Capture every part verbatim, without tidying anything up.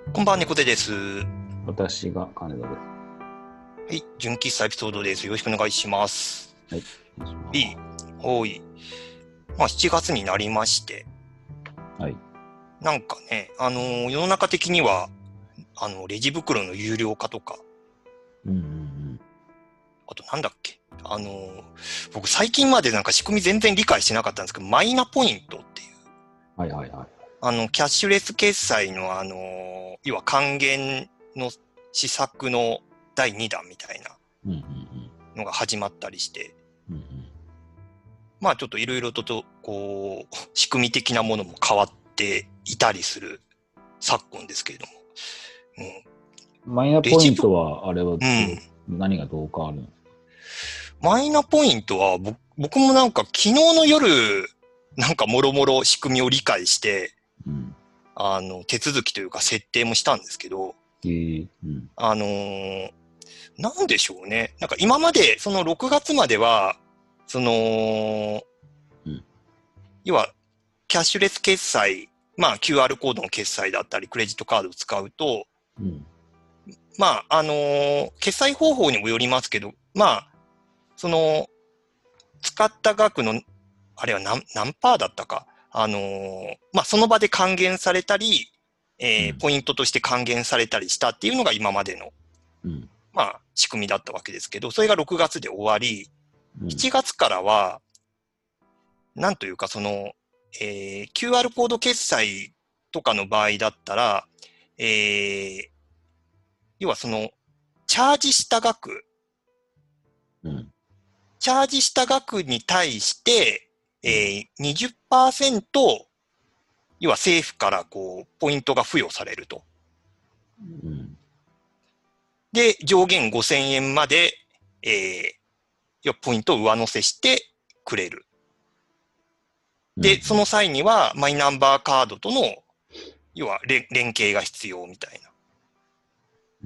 こんばんは、猫背です。は私が金田です。 い、純喫茶エピソードです。よろしくお願いします。 はい。お願いします。 B、おい。まあ、しちがつになりまして、 はい。 なんかね、あのー世の中的には、あの、レジ袋の有料化とか、 うんうんあとなんだっけ、あのー僕最近までなんか仕組み全然理解してなかったんですけど、マイナポイントっていう、 うん。はいはいはい。 あの、キャッシュレス決済のあのー要は還元の施策のだいにだんみたいなうんうんのが始まったりして、 うん。うんまあちょっといろいろとと、こう、仕組み的なものも変わっていたりする昨今ですけれども。 うん。マイナうん、レジブ、 ポイントは、あれはどう、 うん。 何がどう変わるの？ マイナポイントは、ぼ僕もなんか昨日の夜、なんかもろもろ仕組みを理解して、 うん。 あの、手続きというか設定もしたんですけど、 えー、うん。 あのーなんでしょうね。なんか今まで、そのろくがつまでは、その、 うん。 要は、キャッシュレス決済、まあ キューアール コードの決済だったり、クレジットカードを使うと、 うん。 まあ、あのー決済方法にもよりますけど、まあ、その、使った額の、あれは何、何パーだったか、あのーまあ、その場で還元されたり、えー、 うん。 ポイントとして還元されたりしたっていうのが今までの、 うん。 まあ、仕組みだったわけですけど、それがろくがつで終わり、 うん。 しちがつからは、なんというか、その、えー、キューアール コード決済とかの場合だったら、えー、要はその、チャージした額、 うん。 チャージした額に対して、えうん。 ー、にじゅっパーセント、要は政府からこう、ポイントが付与されると。 うん。 で、上限ごせんえんまで、えー、要はポイントを上乗せしてくれる。で、その際には、マイナンバーカードとの、要は連連携が必要みたいな。 うん。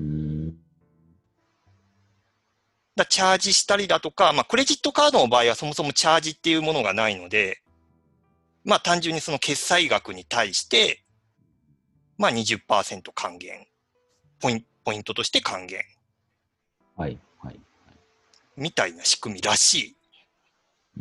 だチャージしたりだとか、まあ、クレジットカードの場合はそもそもチャージっていうものがないので、まあ、単純にその決済額に対して、まあ、にじゅっパーセント還元。ポインポイントとして還元。 はい。はい。 みたいな仕組みらしい。 うん。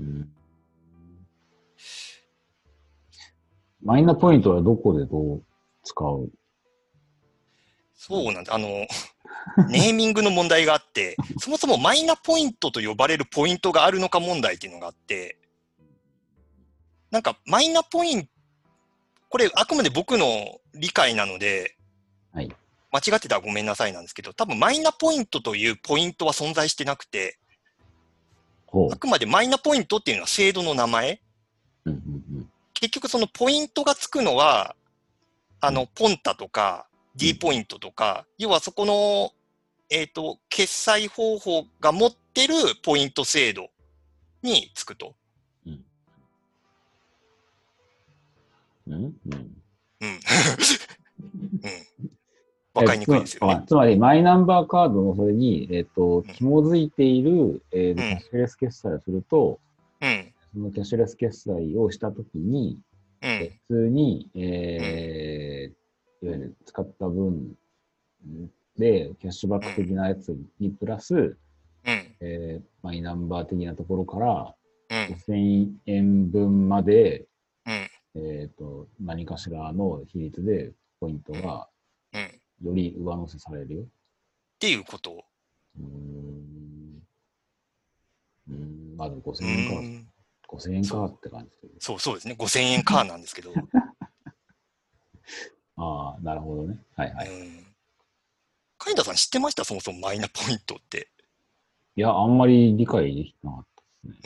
マイナポイントはどこでどう使うの？ そうなんだ。あの、ネーミングの問題があって、そもそもマイナポイントと呼ばれるポイントがあるのか問題っていうのがあって、なんかマイナポイント、これあくまで僕の理解なので、 はい。 間違ってたらごめんなさいなんですけど、多分マイナポイントというポイントは存在してなくて、あほくまでマイナポイントっていうのは制度の名前。 う。うん。 結局そのポイントがつくのは、あうん。 の、ポンタとかうん。う D ん。 ポイントとか、要はそこの、えっと、決済方法が持ってるポイント制度につくと。 うん。うん。うん。 うん。うん。わかりえつま、 にくいですよね。 あつまり、マイナンバーカードのそれに、えっと、 うん。 紐づいている、えーと、キャッうん。 シュレス決済をすると、 うん。 そのキャッシュレス決済をしたときに、えうん。 普通に、 うん。 えー、いわゆる使った分で、キャッシュバック的うん。 なやつにプラス、 うん。 えーマイナンバー的なところからうん。 ごせんえんぶんまで、 うん。 えっと、何かしらの比率でポイントうん。 がうん。っより上乗せされるよ。 ていうこと。 うーん。うん、まあでもう 5000円か。 ーん。 ごせんえんそう。 かって感じする。 そうそうですね。ごせんえんカーなんですけど。 ああ、なるほどね。はいはい。 うん。カインダさん知ってましたそもそもマイナポイントって。 いや、あんまり理解できなかったですね。 うん。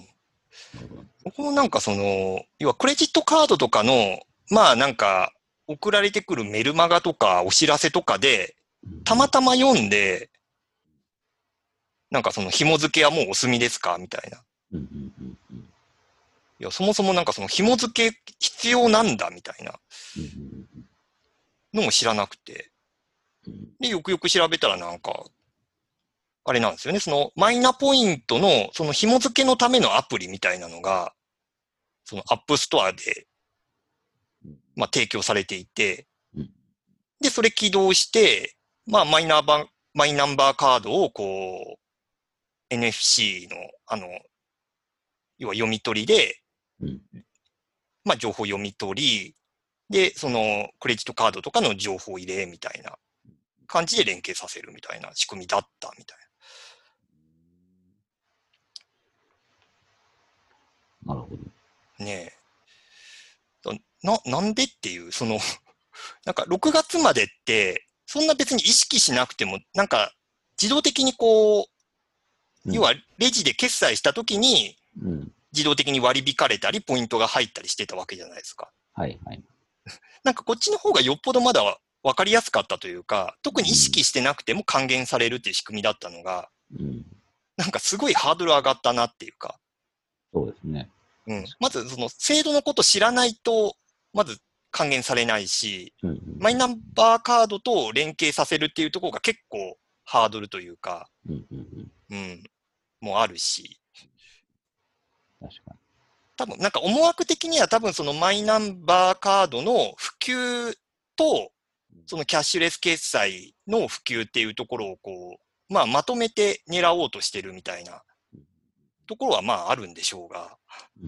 なるほど。 僕もなんかその、要はクレジットカードとかの、まあなんか、送られてくるメルマガとかお知らせとかで、たまたま読んで、なんかその紐付けはもうお済みですかみたいな。 うんうんうんうん。 いや、そもそもなんかその紐付け必要なんだみたいなうんうんのも知らなくて。 うんで、よくよく調べたらなんか、あれなんですよね。そのマイナポイントのその紐付けのためのアプリみたいなのが、そのアップストアで、まあ、提供されていて、 うんで、それ起動して、まあ、マイナンバー、マイナンバーカードを、こう、エヌエフシー の、あの、要は読み取りで、 うん、 まあ、情報読み取り、で、その、クレジットカードとかの情報入れ、みたいな感じで連携させるみたいな仕組みだったみたいなるほど。 な。ねえ。な、なんでっていう、その、なんかろくがつまでって、そんな別に意識しなくても、なんか自動的にこう、 うん、 要はレジで決済した時にうん、 自動的に割り引かれたり、ポイントが入ったりしてたわけじゃないですか。 はいはい。 なんかこっちの方がよっぽどまだ分かりやすかったというか、特に意うん、 識してなくても還元されるっていう仕組みだったのが、 うん、 なんかすごいハードル上がったなっていうか、 そうですね。 うん。まずその制度のこと知らないと、まず還元されないし、 うん、うん、 マイナンバーカードと連携させるっていうところが結構ハードルというか、 うん、うん、 うん、もあるし、 確か多分なんか思惑的には多分そのマイナンバーカードの普及と、そのキャッシュレス決済の普及っていうところをこう、まあまとめて狙おうとしてるみたいなところはまああるんでしょうが。 に。うん、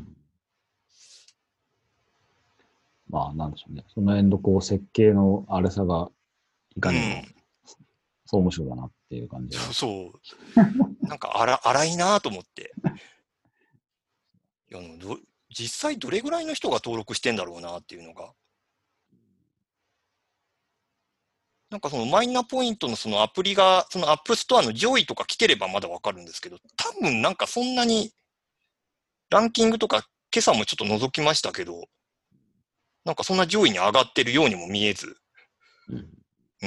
まあ、なんでしょうね。その辺のこう、設計のあれさが、いかにもうん。 総務省だなっていう感じが。 そうそう。なんか荒荒いなと思って。いやど実際どれぐらいの人が登録してんだろうなっていうのが。なんかそのマイナポイントのそのアプリが、そのアップストアの上位とか来てればまだわかるんですけど、多分なんかそんなにランキングとか今朝もちょっと覗きましたけど、なんかそんな上位に上がってるようにも見えず。 うん、 うん。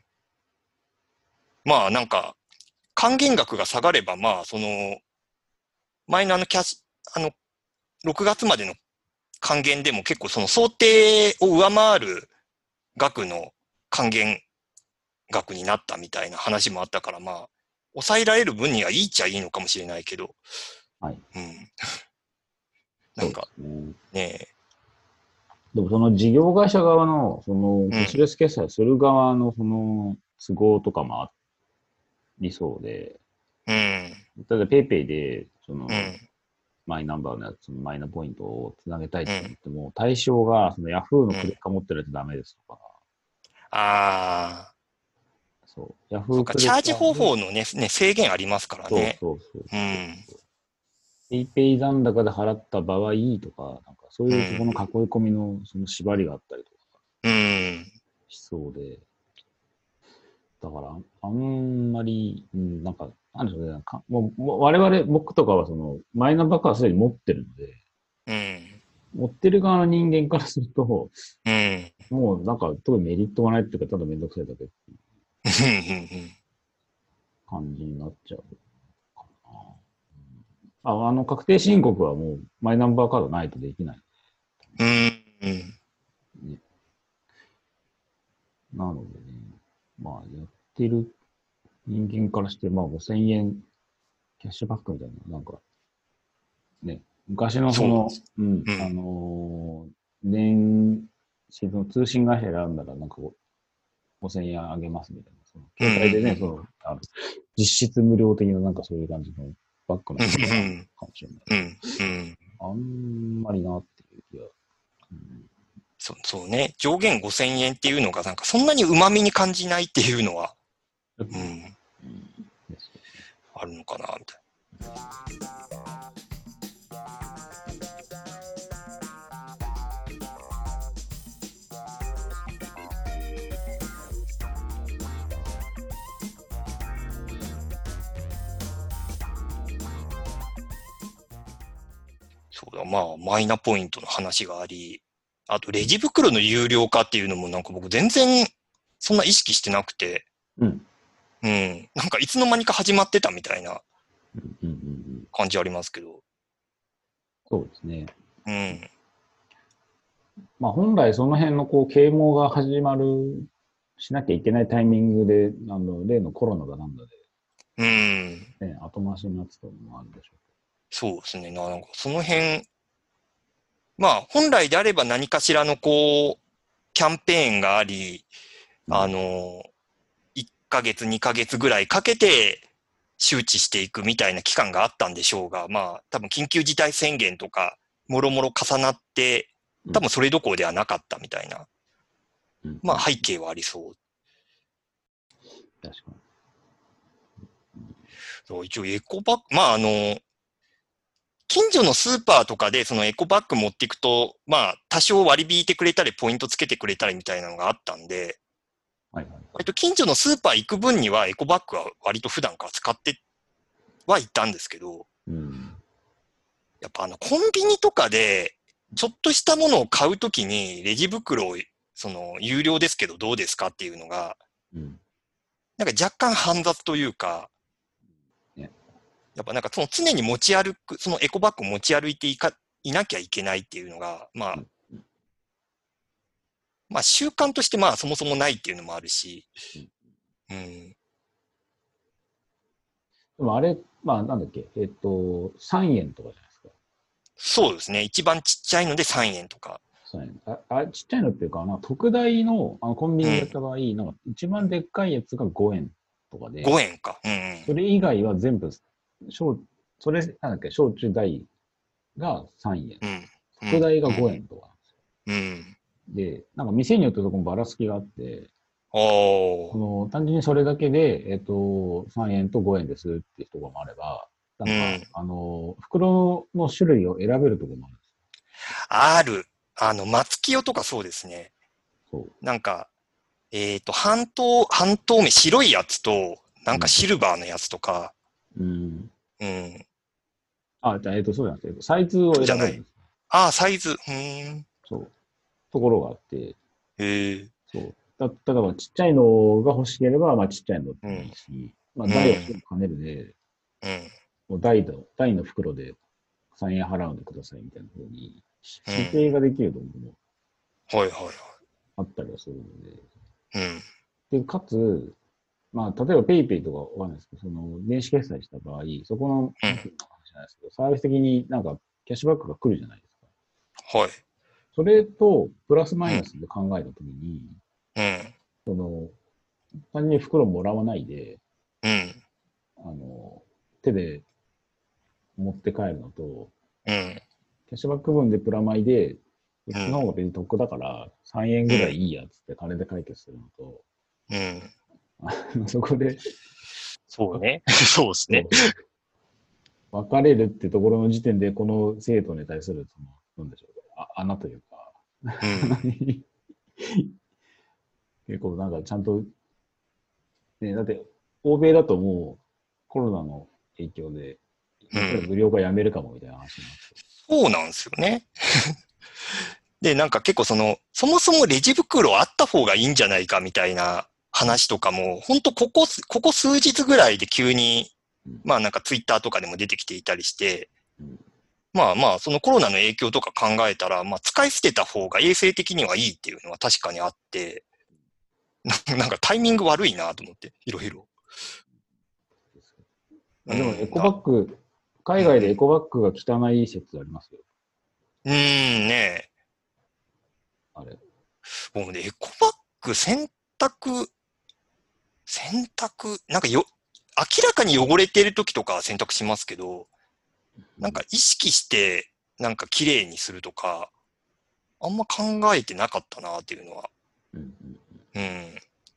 まあなんか、還元額が下がればまあその、マイナーのキャッシュ、あの、ろくがつまでの還元でも結構その想定を上回る額の還元額になったみたいな話もあったから、まあ、抑えられる分にはいいっちゃいいのかもしれないけど、 はい。 うん。なそうでんか、 すね。 ねでもその事業会社側の、その、 え、 キャッシュレス決済する側のその都合とかもありそうで、 うん、うん、 例えばペイペイで、その、 うん、 マイナンバーのやつ、マイナポイントをつなげたいって思っうん、 ても、対象が、そのヤフーのうん。 クレカ持ってるやつダメですとか、 ああ、 そう、ヤフそうか、 ークレカチャージ方で、 法のね、ね、制限ありますからそうね。 そうそううん、 そう、ペイペイ残高で払った場合とか、なんかそうういうそこのん、 囲い込みのその縛りがあったりとかうん、 しそうで、だから、あんまり、うん、なんか、なんでしょうね、かもう、もう我々、僕とかはその、マイナンバーカードすでに持ってるので、 うん、 持ってる側の人間からすると、 うん、 もうなんか、特にメリットがないっていうか、ただめんどくさいだけっていう感じになっちゃうかな。あ、あの、確定申告はもう、マイナンバーカードないとできないうん、うん、 ね。なのでね、まあ、やってる人間からして、まあ、ごせんえんキャッシュバックみたいな、なんか、ね、昔のその、 そうです。 うん、あうん、 のー年始の通信会社選んだら、なんかごせんえんあげますみたいな。そのうん、う携帯でね、そん、 の、あの実質無料的ななんかそういう感じのバックのうん、 仕組みがあるうん、 かもしれない。 うん、うん。 あんまりなっていう気が。うん、 そう、そうね。上限ごせんえんっていうのがなんかそんなに旨味に感じないっていうのは、 うん、 うん、 ですよね。 あるのかな、みたいそうだ、まあ、マイナポイントの話があり、あと、レジ袋の有料化っていうのもなんか僕全然そんな意識してなくて、 うん。 うん、なんかいつの間にか始まってたみたいなうん、うん、うん。 感じありますけど、 そうですね。 うん、 まあ本来その辺のこう啓蒙が始まる、しなきゃいけないタイミングで、あの、例のコロナがなんだうん、 で、ね、後回しになってたのもあるでしょそうですね。なんかその辺、まあ、本来であれば何かしらのこう、キャンペーンがあり、 あの、いっかげつ、にかげつぐらいかけて周知していくみたいな期間があったんでしょうが、まあ、多分緊急事態宣言とか、もろもろ重なって、多分それどころではなかったみたいな、 うん、 まあ背景はありそう。 確かに。 そう一応エコバッグ、まああの、近所のスーパーとかでそのエコバッグ持っていくと、まあ多少割り引いてくれたり、ポイントつけてくれたりみたいなのがあったんで、 はいはい。 割と近所のスーパー行く分にはエコバッグは割と普段から使ってはいたんですけど、 うん。 やっぱあのコンビニとかでちょっとしたものを買うときにレジ袋をその有料ですけどどうですかっていうのが、 うん。 なんか若干煩雑というか、 ね。 やっぱなんかその常に持ち歩く、そのエコバッグを持ち歩いていか、いなきゃいけないっていうのが、まあ、 うん。 まあ習慣としてまあそもそもないっていうのもあるし、 うん。 うん。 でもあれ、まあなんだっけ、えっと、さんえんとかじゃないですか。 そうですね。一番ちっちゃいのでさんえんとか。 さんえん。あ、あちっちゃいのっていうか、なんか特大の、あのコンビニでやっうん。 た場合、なんか一番でっかいやつがごえんとかで、 ごえんか。うん、 それ以外は全部、小、それ、なんだっけ、小中大がさんえん。 うん。うん。 特大がうん。 ごえんとかなんですよ。 うん。 で、なんか店によってそこもばらつきがあって、 おー。 この、単純にそれだけで、えっと、さんえんとごえんですっていうところもあれば、なんか、 うん。 あの、袋の種類を選べるところもあるんですある。あの、松清とかそうですね。 よ。そなんか、えっと、半透、半透明、白いやつと、なう。 んかシルバーのやつとか、 うん。うん。 うん。 あ、じゃあ、えっと、そうなんですよ。サイズを選じゃない。 べるんです。 ああ、サイズ。うーん。 そう。ところがあって、 へえ。 そう。だ、例えばちっちゃいのが欲しければ、まあちっちゃいのでもいいうん。 し、まあう大は小をん。 兼ねるで、 うん。 もう大の、大の袋でさんえん払うんでくださいみたいな風にうん。 指定ができるところもはいはいはあったりはするので、 い。うん。 で、かつ、まあ、例えばペイペイとかわかんないですけど、その、電子決済した場合、そこの、 うん。 さっきの話じゃないですけど、サービス的になんかキャッシュバックが来るじゃないですか。 はい。 それと、プラスマうん。 イナスで考えたときに、 うん。 その、単純に袋もらわないで、 うん。 あの、手で持って帰るのと、 うん。 キャッシュバック分でプラマイで、そっちの方うん。 が別に得だから、さんえんぐらいうん。 いいやつって金で解決するのと、 うん。 そこで、 そうね。そうですね。 そうそう分かれるってところの時点で、この生徒に対する、その、なんでしょう、あ穴というか、 うん。 結構なんかちゃんと、ね、だって、欧米だともうコロナの影響で、 うん。 やっぱり無料化やめるかもみたいな話になって。 そうなんですよね。で、なんか結構その、そもそもレジ袋あった方がいいんじゃないかみたいなうん。 話とかも、本当ここ、ここ数日ぐらいで急に、 うん。 まあなんかツイッターとかでも出てきていたりして、 うん。 まあまあ、そのコロナの影響とか考えたら、まあ使い捨てた方が衛生的にはいいっていうのは確かにあって、なんかタイミング悪いなと思って、いろいろ。うあ、でもエん、 コだ、 バッグ、海外でエうん、 コバッグが汚い説ありますよ。 うん。うーん、ねあれ。 え。もうね、エコバッグ洗濯、洗濯、なんかよ、明らかに汚れてる時とかは洗濯しますけど、 うん。 なんか意識して、なんか綺麗にするとか、あんま考えてなかったなっていうのは。 うん。うん。 うん。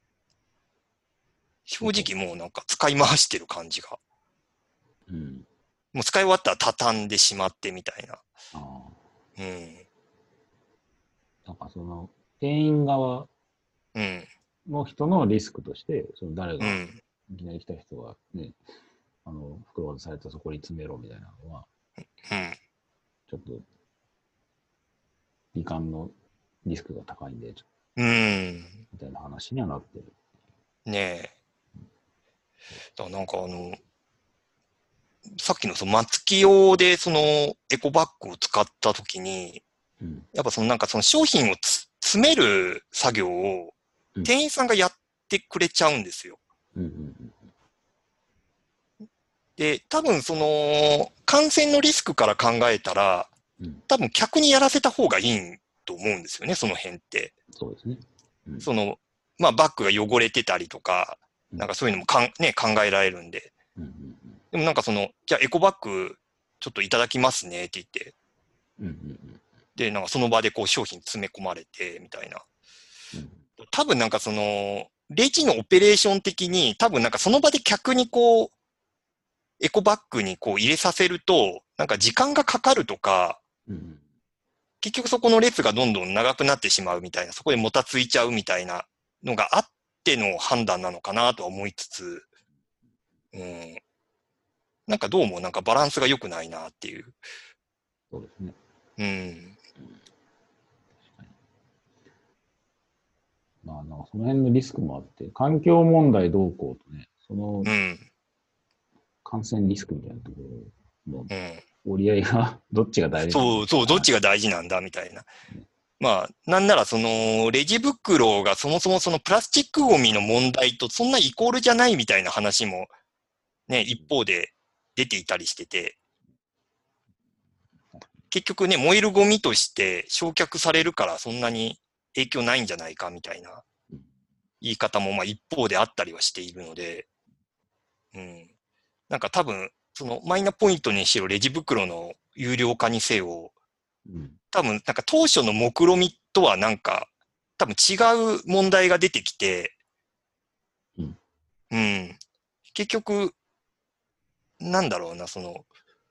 正なんか、 直もうなんか使い回してる感じが。 うん。 もう使い終わったら畳んでしまってみたいな。 ああ。 うん。 なんかその、店員側うん。 の人のリスクとして、その誰が、 うん。 いきなり来た人がね、あの、袋渡されたそこに詰めろみたいなのは、 うん。 ちょっと、罹患のリスクが高いんで、ちょうん。 みたいな話にはなってる。 ねえ。だからなんかあの、さっきのその松木用でそのエコバッグを使った時に、 うん。 やっぱそのなんかその商品をつ詰める作業をうん。 店員さんがやってくれちゃうんですよ。 うん。うん。 で、多分その感染のリスクから考えたら、 うん。 多分客にやらせた方がいいと思うんですよね、その辺って。 そうですね。うん。 そのまあバッグが汚れてたりとか、なんかそういうのもかん、ね、考えられるんで。 うんうんうんでもなんかその、じゃあエコバッグちょっといただきますねって言って、 うんうんで、なんかその場でこう商品詰め込まれて、みたいな。 うん多分なんかその、レジのオペレーション的に、多分なんかその場で客にこう、エコバッグにこう入れさせると、なんか時間がかかるとか、 うんうん結局そこの列がどんどん長くなってしまうみたいな、そこでもたついちゃうみたいなのがあっての判断なのかなとは思いつつ、うん、なんかどうもなんかバランスが良くないなっていう。 そうですね。 うん。 まあ、なんかその辺のリスクもあって、環境問題どうこうとね、そのうん。 感染リスクみたいなところのうん。 折り合いがどっちが大事なのそう、そう、どっちが大事なんだみたいな。まあ、なんならその、レジ袋がそもそもそのプラスチックゴミの問題とそんなイコールじゃないみたいな話もね、一方で出ていたりしてて、結局ね、燃えるゴミとして焼却されるからそんなに影響ないんじゃないかみたいな言い方もまあ一方であったりはしているので、うん。なんか多分、そのマイナポイントにしろレジ袋の有料化にせよ、 うん。 多分なんか当初の目論みとはなんか多分違う問題が出てきて、 うん。 うん。結局、なんだろうな、その、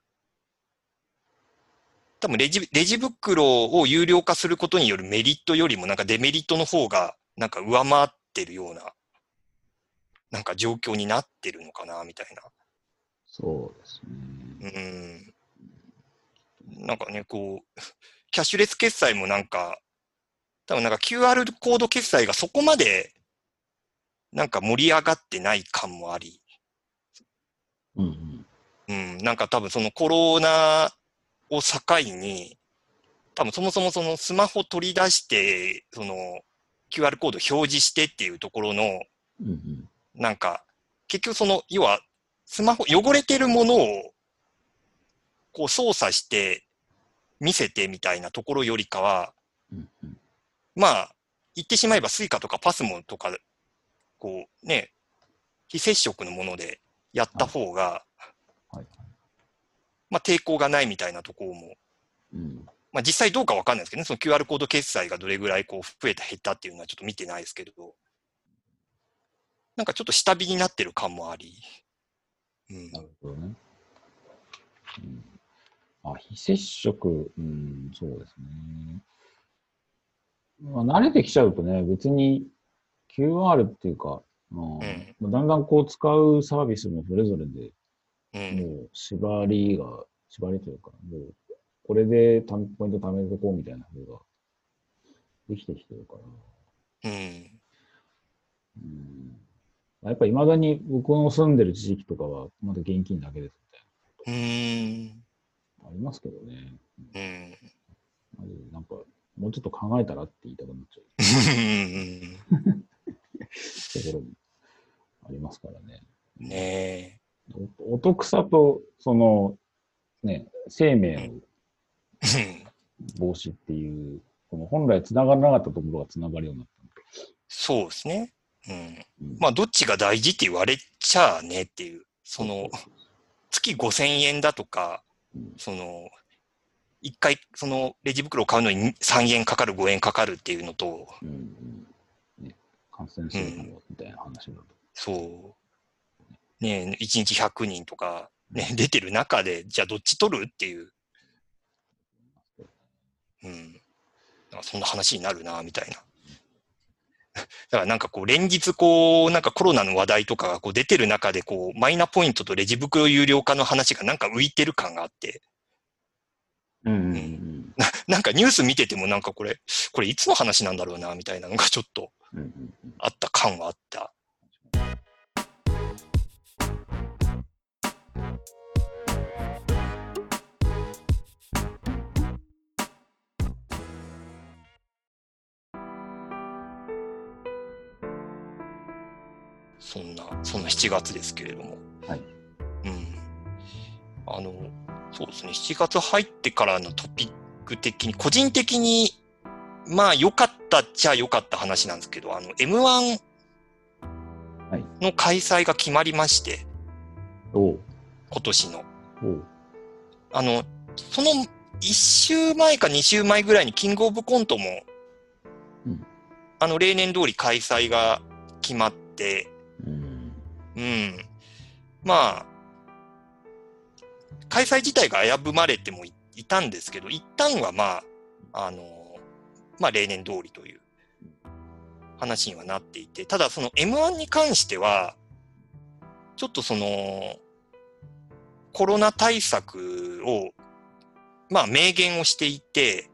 多分レジ、レジ袋を有料化することによるメリットよりもなんかデメリットの方がなんか上回ってるような、なんか状況になってるのかな、みたいそうですな。 ね。 うん。なんかね、こう、キャッシュレス決済もなんか、多分なんか キューアール コード決済がそこまでなんか盛り上がってない感もあり、 うんうん。 うん、なんか多分そのコロナを境に、多分そもそもそのスマホ取り出して、その キューアール コード表示してっていうところの、 うんうん。 なんか、結局その、要は、スマホ、汚れてるものを、こう操作して見せてみたいなところよりかは、 うんうん。 まあ、言ってしまえばスイカとかパスモとか、こうね、非接触のものでやったはい。 方が、 はい。 まあ抵抗がないみたいなところも、 うん。 まあ実際どうかわかんないですけどね、その キューアール コード決済がどれぐらいこう増えた減ったっていうのはちょっと見てないですけど、なんかちょっと下火になってる感もあり、うん。 なるほどね。うん。あ、非接触、うん、そうですね。まあ、慣れてきちゃうとね、別に キューアール っていうか、うん、 うん。 だんだんこう使うサービスもそれぞれでうん。 もう縛りが、縛りというか、もうこれでポイント貯めてこうみたいな方ができてきてるから。 うん。 うん、やっぱり未だに僕の住んでる地域とかはまだ現金だけですうーん。 みたいな。ありますけどね。 うん。 マジでなんか、もうちょっと考えたらって言いたくなっちゃうところもありますからね。 ねお、お得さと、その、ね、生命え。 のうん。 防止っていう、この本来繋がらなかったところが繋がるようになった。 そうですね。うん。 うん、 まあ、どっちが大事って言われちゃあねっていう、その、 そうそうそう月ごせんえんだとか、 うん、 その、一回、その、レジ袋を買うのにさんえんかかる、ごえんかかるっていうのと、 うんうんね、感染するかうん。 もみたいな話だと。 そう。ねえ、いちにちひゃくにんとか、ね、 うん、 出てる中で、じゃあどっち取るっていう、うん。なんかそんな話になるな、みたいな。だからなんかこう連日こうなんかコロナの話題とかがこう出てる中でこうマイナポイントとレジ袋有料化の話がなんか浮いてる感があって、 うんうんううん、な, なんかニュース見ててもなんかこれこれいつの話なんだろうなみたいなのがちょっとうんうんうん、 あった感はあった。そんなそんなしちがつですけれども、 はい、 うん、あのそうですねしちがつ入ってからのトピック的に個人的にまあ良かったっちゃ良かった話なんですけど、あの エムワンの開催が決まりまして、 おう今年の。 おうあの、そのいっ週前かに週前ぐらいにキングオブコントも、 うん、 あの、例年通り開催が決まって、 うん、 うん。まあ、開催自体が危ぶまれても い, いたんですけど、一旦はまあ、あの、まあ、例年通りという話にはなっていて、ただその エムワン に関しては、ちょっとその、コロナ対策を、まあ、明言をしていて、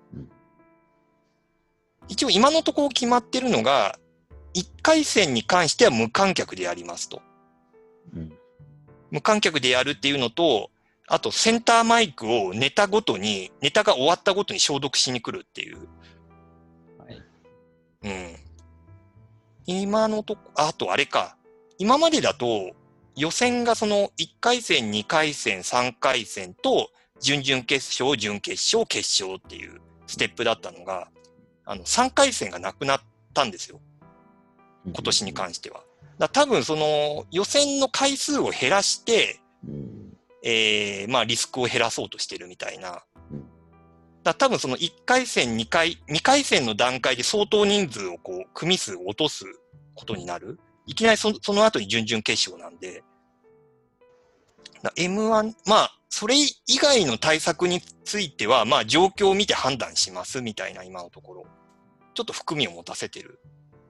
一応今のところ決まってるのが、いっかい戦に関しては無観客でやりますと。 うん、 無観客でやるっていうのと、あとセンターマイクをネタごとに、ネタが終わったごとに消毒しに来るっていう。 はい。 うん。今のとこ、あとあれか。今までだと、予選がそのいっかい戦、にかい戦、さんかい戦と、準々決勝、準決勝、決勝っていうステップだったのが、あの、さんかい戦がなくなったんですよ。今年に関しては。だ多分その予選の回数を減らして、 うん、 えー、まあリスクを減らそうとしてるみたいな。 うん、 だ多分そのいっかい戦、にかい、にかい戦の段階で相当人数をこう、組数を落とすことになる。いきなりそその後に準々決勝なんで。エムワン、まあ、それ以外の対策については、まあ状況を見て判断しますみたいな今のところ。ちょっと含みを持たせてる。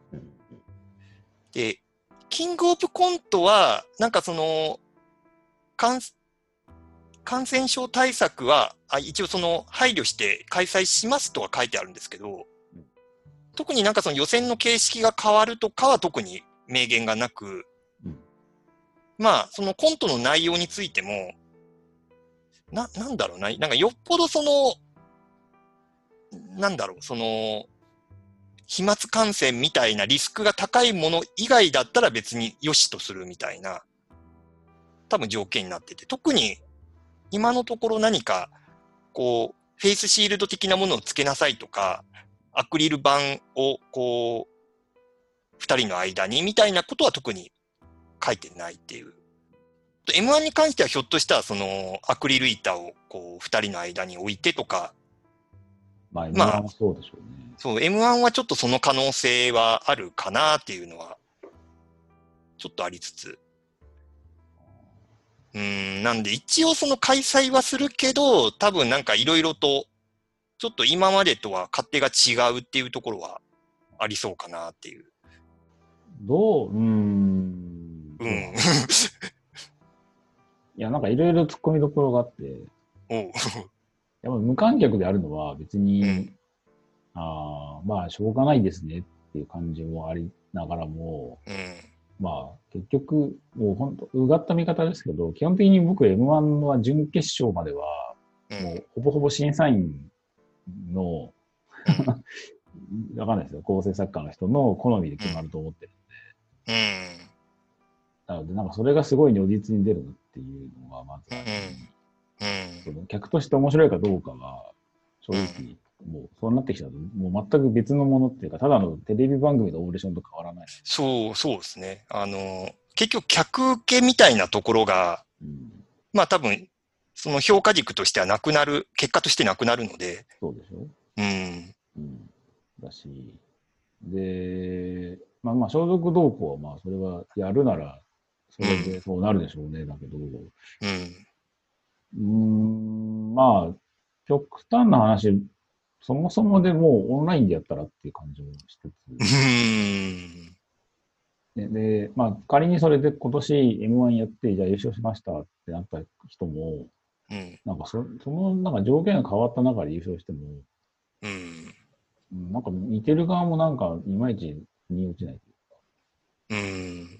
で、キングオブコントは、なんかその、感感染症対策は、あ一応その配慮して開催しますとは書いてあるんですけど、特になんかその予選の形式が変わるとかは特に明言がなく、 うん、 まあ、そのコントの内容についても、な、なんだろうな、なんかよっぽどその、なんだろう、その、飛沫感染みたいなリスクが高いもの以外だったら別に良しとするみたいな、多分条件になってて、特に今のところ何か、こう、フェイスシールド的なものをつけなさいとか、アクリル板を、こう、二人の間にみたいなことは特に書いてないっていう。エムワン に関してはひょっとしたらそのアクリル板をこう二人の間に置いてとか、 まあ、エムワンはそうでしょうね。 そう、エムワン はちょっとその可能性はあるかなっていうのは、ちょっとありつつ。うーん、なんで一応その開催はするけど、多分なんかいろいろと、ちょっと今までとは勝手が違うっていうところはありそうかなっていう。 どう、うーん。 うん。 いや、なんかいろいろ突っ込みどころがあって、 おう。 やっぱ無観客であるのは別に、 うん。 あまあ、しょうがないですねっていう感じもありながらも、 うん。 まあ、結局、もう本当、うがった見方ですけど、基本的に僕 エムワン は準決勝までは、もうほぼほぼ審査員の、 うん。 わかんないですよ。構成作家の人の好みで決まると思ってる。 うん。 なので、なんかそれがすごい如実に出るっていうのがまずあり、 うん。 その客として面白いかどうかは、正直、もうそうなってきちゃうと、もう全く別のものっていうか、ただのテレビ番組のオーディションと変わらない。 そう、そうですね。あの、結局客受けみたいなところが、 うん、 まあ多分、その評価軸としてはなくなる、結果としてなくなるので、 そうでしょうん。 うん。だし、で、まあまあ、消毒動向はまあ、それはやるなら、それでそうなるでしょうね。だけど、 うん。 うーん、まあ、極端な話、そもそもでもうオンラインでやったらっていう感じもしつうつ、 ん。 で、でまあ、仮にそれで今年 エムワン やって、じゃあ優勝しましたってなった人も、 うん。 なんかそそのなんか条件が変わった中で優勝しても、 うん。 うんなんか似てる側もなんかいまいち腑に落ちない。 うん。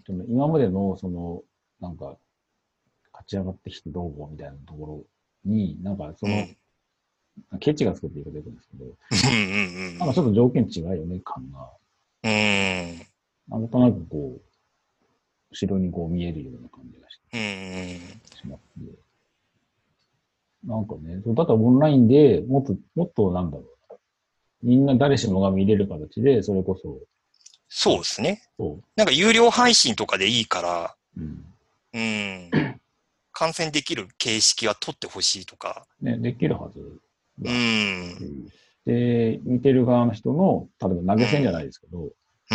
その今までのその、なんか勝ち上がってきてどうこうみたいなところに、なんかその、 うん。 ケチがつくって言い方でるんですけど、 うん。 なんかちょっと条件違うよね感が、 うん。 なんとなくこう、後ろにこう見えるような感じがしうん。 しまって、なんかね、だったらオンラインでもっと、もっとなんだろう、みんな誰しもが見れる形で、それこそ、 そうですね。 そなんか有料配信とかでいいから、 う。うん。 うん。観戦できる形式は取ってほしいとか。 ね、できるはずうだ。 ん。 で、見てる側の人の、例えば投げ銭じゃないですけど、 うん。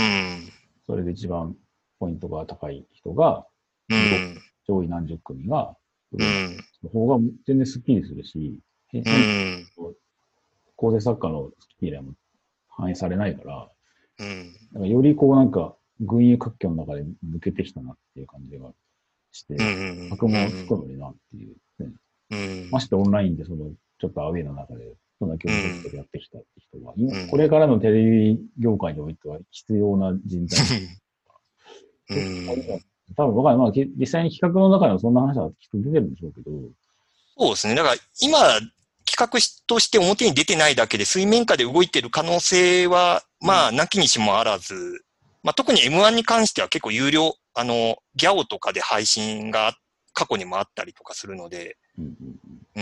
それで一番ポイントが高い人が、 うん。 上位何十組が、 うん。 その方が全然スッキリするし、 う変ん。 構成作家のスッキリは反映されないから、 うん。 なんかよりこうなんか、群雄割拠の中で抜けてきたなっていう感じがしうて、 ん。 箔もつくのになっていう、ね。 うん。 ましてオンラインでその、ちょっとアウェイの中で、そんな強力でやってきたって人は、今、これからのテレビ業界においては必要な人材。 うん。 多分わかんない。まあ、実際に企画の中でもそんな話はきっと出てるんでしょうけど。 そうですね。だから今、企画として表に出てないだけで水面下で動いてる可能性は、まあ、なきにしもあらず、まあ、特に エムワン に関しては結構有料、あの、ギャオとかで配信が過去にもあったりとかするので、 うんうん、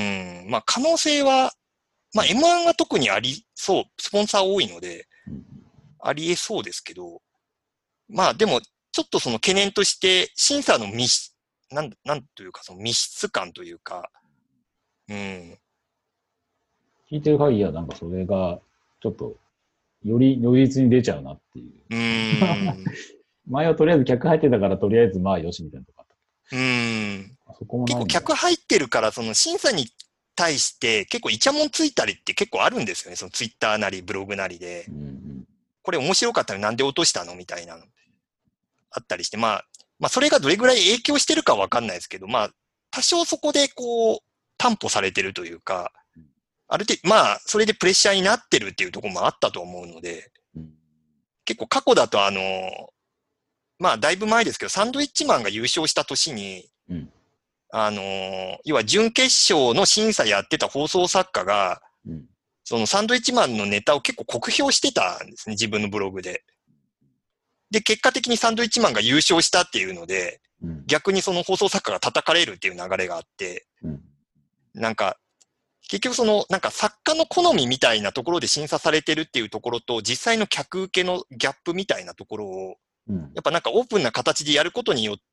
まあ、可能性は、まあ、エムワン は特にありそう、スポンサー多いので、ありえそうですけど、まあ、でも、ちょっとその懸念として、審査の密室、なん、なんというか、その密室感というか、うん。 聞いてる限りはなんかそれが、ちょっと、より如実に出ちゃうなっていう。 うーん。 前はとりあえず客入ってたからとりあえずまあよしみたいなとこあった。 うーん。 あそこも結構ないんだ。 客入ってるから、その審査に対して結構イチャモンついたりって結構あるんですよね。そのツイッターなりブログなりで。 うんうん、 これ面白かったのになんで落としたのみたいなのあったりして、まあ、まあそれがどれぐらい影響してるかわかんないですけど、まあ、多少そこでこう、担保されてるというか、ある程度、まあ、それでプレッシャーになってるっていうところもあったと思うので、結構過去だとあの、まあ、だいぶ前ですけど、サンドウィッチマンが優勝した年に、 うん、 あのー、要は準決勝の審査やってた放送作家が、 うん、 そのサンドウィッチマンのネタを結構酷評してたんですね、自分のブログで。で、結果的にサンドウィッチマンが優勝したっていうので、 うん、 逆にその放送作家が叩かれるっていう流れがあって、 うん、 なんか、結局その、なんか作家の好みみたいなところで審査されてるっていうところと、実際の客受けのギャップみたいなところを、 うん、 やっぱなんかオープンな形でやることによって、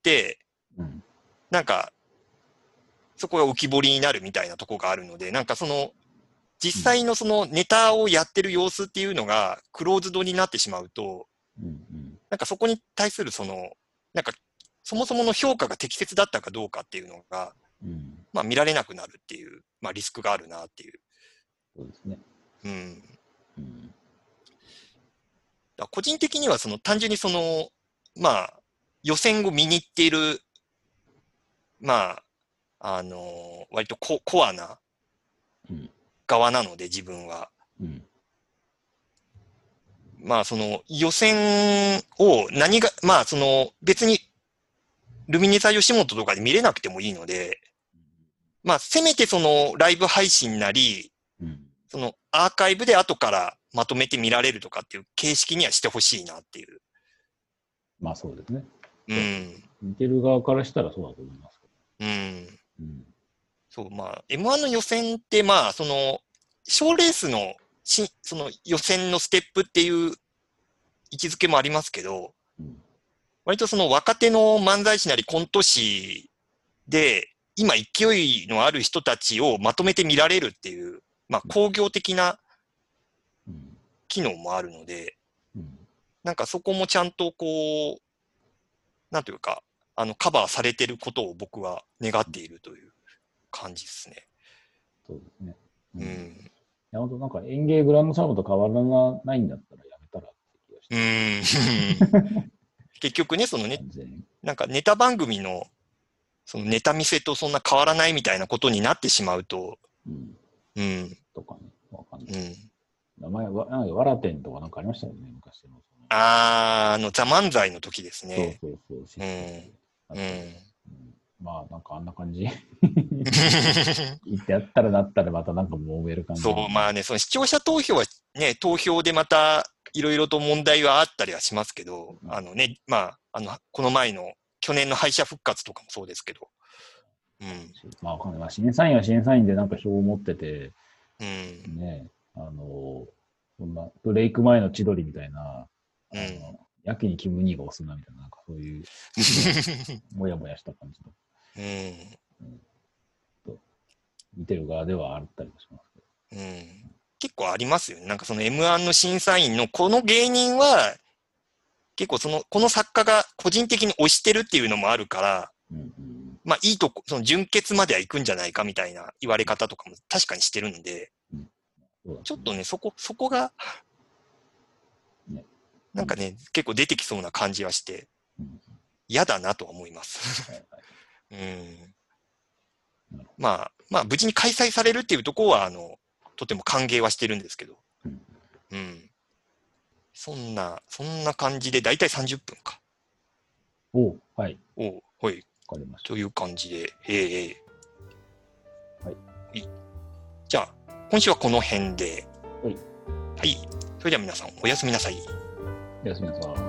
うん、 なんか、そこが浮き彫りになるみたいなところがあるので、なんかその、実際のそのネタをやってる様子っていうのがクローズドになってしまうと、 うん、 なんかそこに対するその、なんかそもそもの評価が適切だったかどうかっていうのが、 うん、 まあ見られなくなるっていう、まあリスクがあるなっていう。 そうですね。 うん。 うん、 だ個人的にはその単純にその、まあ予選を見に行っている、まあ、あの割とココアな側なので自分は。 うん、 まあその予選を何が、まあその別にルミネ座吉本とかで見れなくてもいいので、まあせめてそのライブ配信なり、 うん、 そのアーカイブで後からまとめて見られるとかっていう形式にはしてほしいなっていう。 まあそうですね。 うん。 見てる側からしたらそうだと思いますけうん。 ど。うん、 そう、まあ、エムワン の予選って、まあ、その、賞レースのし、その予選のステップっていう位置づけもありますけど、 うん、 割とその若手の漫才師なりコント師で、今勢いのある人たちをまとめて見られるっていう、まあ、工業的なうん、 機能もあるので、 うん、 なんかそこもちゃんとこう、なんというか、あの、カバーされてることを僕は願っているという感じですね。 そうですね。ううん。いん。 や、本当なんか園芸グランドスラムと変わらないんだったらやめたらって気がしうて。 ん。結局ね、そのね、 完全に。 なんかネタ番組の、そのネタ見せとそんな変わらないみたいなことになってしまうと、 うん。 うん、 とかね。わかんない。 うん。 名前は、なんか、わらてんとかなんかありましたよね、昔の。 あー、あの、ザ・漫才の時ですそうね。 そうそう、シうん、 ステムであっうたり。 ん。 うん、まあ、なんかあんな感じ。言ってやったらなったらまたなんか揉める感じそう、 なんで。 まあね、その視聴者投票はね、投票でまたいろいろと問題はあったりはしますけど、あのね、まあ、あの、この前の去年の敗者復活とかもそうですけど、うん、 まあ、わかんない。まあ、審査員は審査員でなんか票を持ってて、 うん、 ね、あの、そんな、ブレイク前の千鳥みたいな、あうん、 の、 やけにキム・ニーが押すなみたいな、なんかそういう、もやもやした感じの。 うんうんと見てる側ではあったりもしますけど。 うん、結構ありますよね。なんかその エムワン の審査員のこの芸人は、結構その、この作家が個人的に推してるっていうのもあるから、 うんうん、 まあいいとこ、その準決までは行くんじゃないかみたいな言われ方とかも確かにしてるんで、 うんそうだね、 ちょっとね、そこ、そこが、 ね、 なんかね、結構出てきそうな感じはして、嫌だなとは思います。 はいはいうん、まあ、まあ、無事に開催されるっていうところは、あの、とても歓迎はしてるんですけど、 うん、 うん。そんな、そんな感じで、だいたいさんじゅっぷんか。 おはい。 おはい。 わかりました。 という感じで、ええええはい。 じゃあ、今週はこの辺で。 はい。 はい。それでは皆さん、おやすみなさい。 おやすみなさい。